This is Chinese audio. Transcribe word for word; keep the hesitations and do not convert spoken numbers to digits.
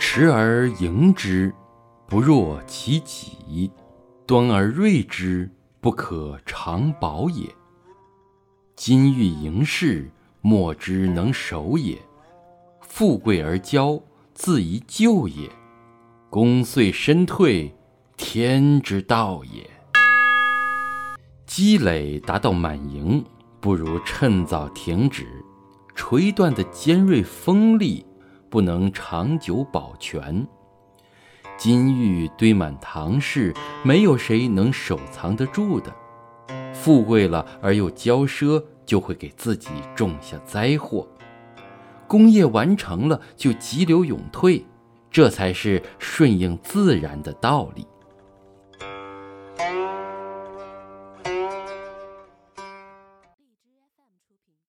时而盈之，不若其己；端而锐之，不可长保也。金玉盈室，莫之能守也；富贵而骄，自宜救也。功遂身退，天之道也。积累达到满盈，不如趁早停止。垂断的尖锐锋利，不能长久保全。金玉堆满堂室，没有谁能守藏得住的。富贵了而又骄奢，就会给自己种下灾祸。功业完成了就急流勇退，这才是顺应自然的道理。